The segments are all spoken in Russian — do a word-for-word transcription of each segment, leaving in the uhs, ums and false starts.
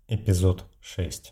Эпизод шесть.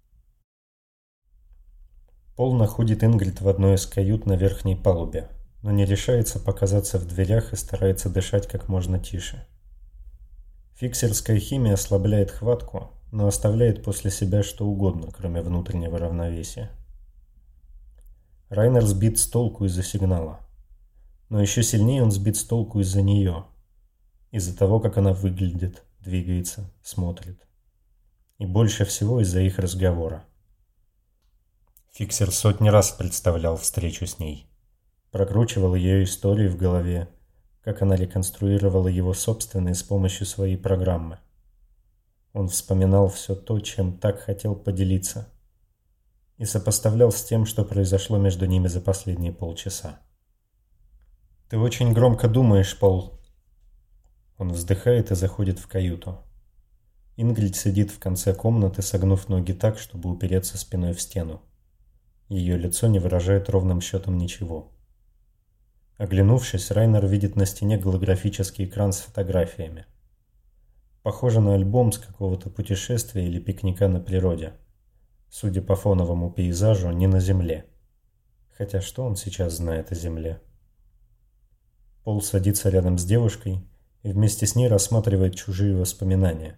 Пол находит Ингрид в одной из кают на верхней палубе, но не решается показаться в дверях и старается дышать как можно тише. Фиксерская химия ослабляет хватку, но оставляет после себя что угодно, кроме внутреннего равновесия. Райнер сбит с толку из-за сигнала, но еще сильнее он сбит с толку из-за нее, из-за того, как она выглядит, двигается, смотрит. И больше всего из-за их разговора. Фиксер сотни раз представлял встречу с ней. Прокручивал ее историю в голове, как она реконструировала его собственные с помощью своей программы. Он вспоминал все то, чем так хотел поделиться, и сопоставлял с тем, что произошло между ними за последние полчаса. «Ты очень громко думаешь, Пол». Он вздыхает и заходит в каюту. Ингрид сидит в конце комнаты, согнув ноги так, чтобы упереться спиной в стену. Ее лицо не выражает ровным счетом ничего. Оглянувшись, Райнер видит на стене голографический экран с фотографиями. Похоже на альбом с какого-то путешествия или пикника на природе. Судя по фоновому пейзажу, не на Земле. Хотя что он сейчас знает о Земле? Пол садится рядом с девушкой и вместе с ней рассматривает чужие воспоминания.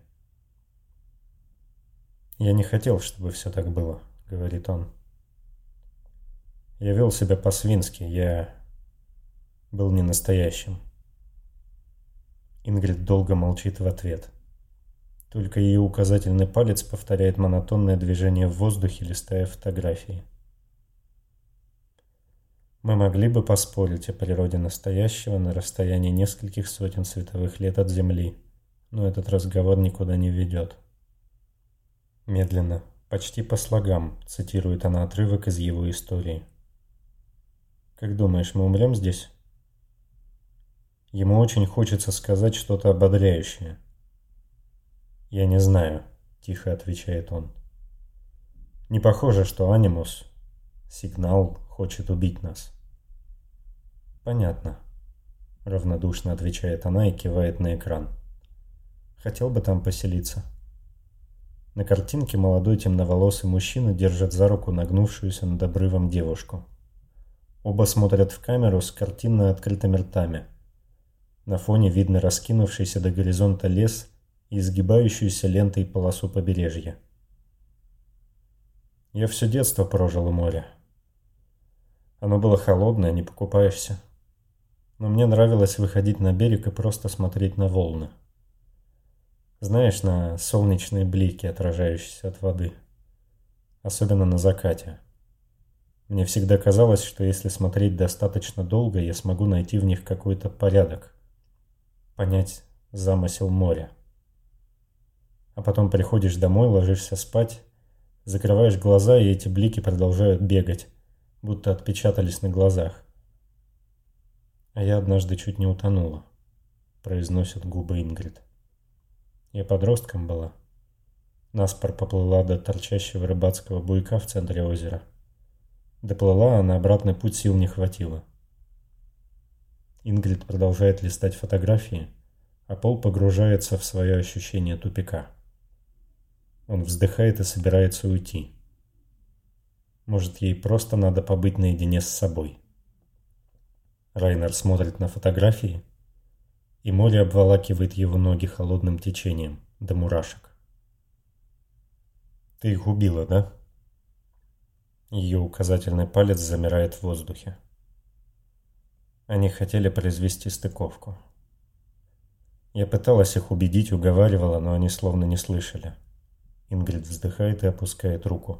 «Я не хотел, чтобы все так было», — говорит он. «Я вел себя по-свински, я был не настоящим». Ингрид долго молчит в ответ. Только ее указательный палец повторяет монотонное движение в воздухе, листая фотографии. Мы могли бы поспорить о природе настоящего на расстоянии нескольких сотен световых лет от Земли, но этот разговор никуда не ведет. Медленно, почти по слогам, цитирует она отрывок из его истории. «Как думаешь, мы умрем здесь?» Ему очень хочется сказать что-то ободряющее. «Я не знаю», — тихо отвечает он. «Не похоже, что анимус, сигнал, хочет убить нас». «Понятно», — равнодушно отвечает она и кивает на экран. «Хотел бы там поселиться». На картинке молодой темноволосый мужчина держит за руку нагнувшуюся над обрывом девушку. Оба смотрят в камеру с картинно открытыми ртами. На фоне видно раскинувшийся до горизонта лес и изгибающуюся лентой полосу побережья. «Я все детство прожил у моря. Оно было холодное, не покупаешься. Но мне нравилось выходить на берег и просто смотреть на волны. Знаешь, на солнечные блики, отражающиеся от воды. Особенно на закате. Мне всегда казалось, что если смотреть достаточно долго, я смогу найти в них какой-то порядок. Понять замысел моря. А потом приходишь домой, ложишься спать, закрываешь глаза, и эти блики продолжают бегать, будто отпечатались на глазах. А я однажды чуть не утонула», — произносят губы Ингрид. «Я подростком была. Наспор поплыла до торчащего рыбацкого буйка в центре озера. Доплыла, а на обратный путь сил не хватило». Ингрид продолжает листать фотографии, а Пол погружается в свое ощущение тупика. Он вздыхает и собирается уйти. Может, ей просто надо побыть наедине с собой. Райнер смотрит на фотографии, и море обволакивает его ноги холодным течением до мурашек. «Ты их убила, да?» Ее указательный палец замирает в воздухе. Они хотели произвести стыковку. Я пыталась их убедить, уговаривала, но они словно не слышали. Ингрид вздыхает и опускает руку.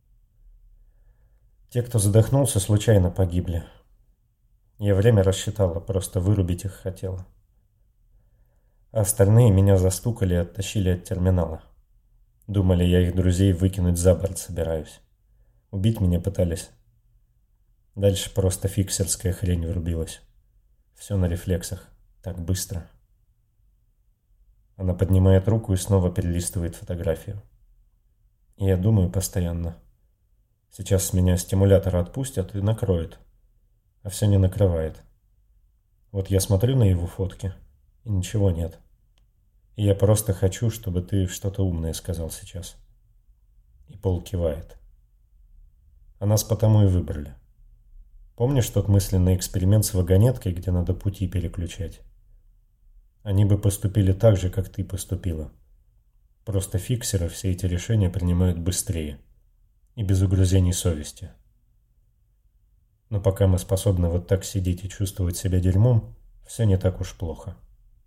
Те, кто задохнулся, случайно погибли. Я время рассчитала, просто вырубить их хотела. А остальные меня застукали и оттащили от терминала. Думали, я их друзей выкинуть за борт собираюсь. Убить меня пытались. Дальше просто фиксерская хрень врубилась. Все на рефлексах. Так быстро. Она поднимает руку и снова перелистывает фотографию. И я думаю постоянно. Сейчас с меня стимулятор отпустят и накроет. А все не накрывает. Вот я смотрю на его фотки, и ничего нет. И я просто хочу, чтобы ты что-то умное сказал сейчас. И Пол кивает. А нас потому и выбрали. Помнишь тот мысленный эксперимент с вагонеткой, где надо пути переключать? Они бы поступили так же, как ты поступила. Просто фиксеры все эти решения принимают быстрее и без угрызений совести. Но пока мы способны вот так сидеть и чувствовать себя дерьмом, все не так уж плохо.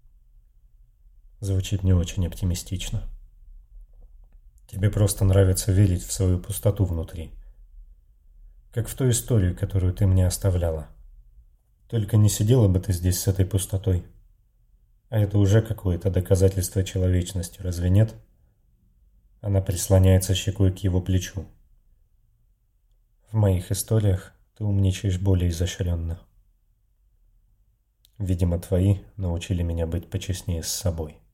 Звучит не очень оптимистично. Тебе просто нравится верить в свою пустоту внутри. Как в ту историю, которую ты мне оставляла. Только не сидела бы ты здесь с этой пустотой. А это уже какое-то доказательство человечности, разве нет? Она прислоняется щекой к его плечу. В моих историях ты умничаешь более изощренно. Видимо, твои научили меня быть почестнее с собой.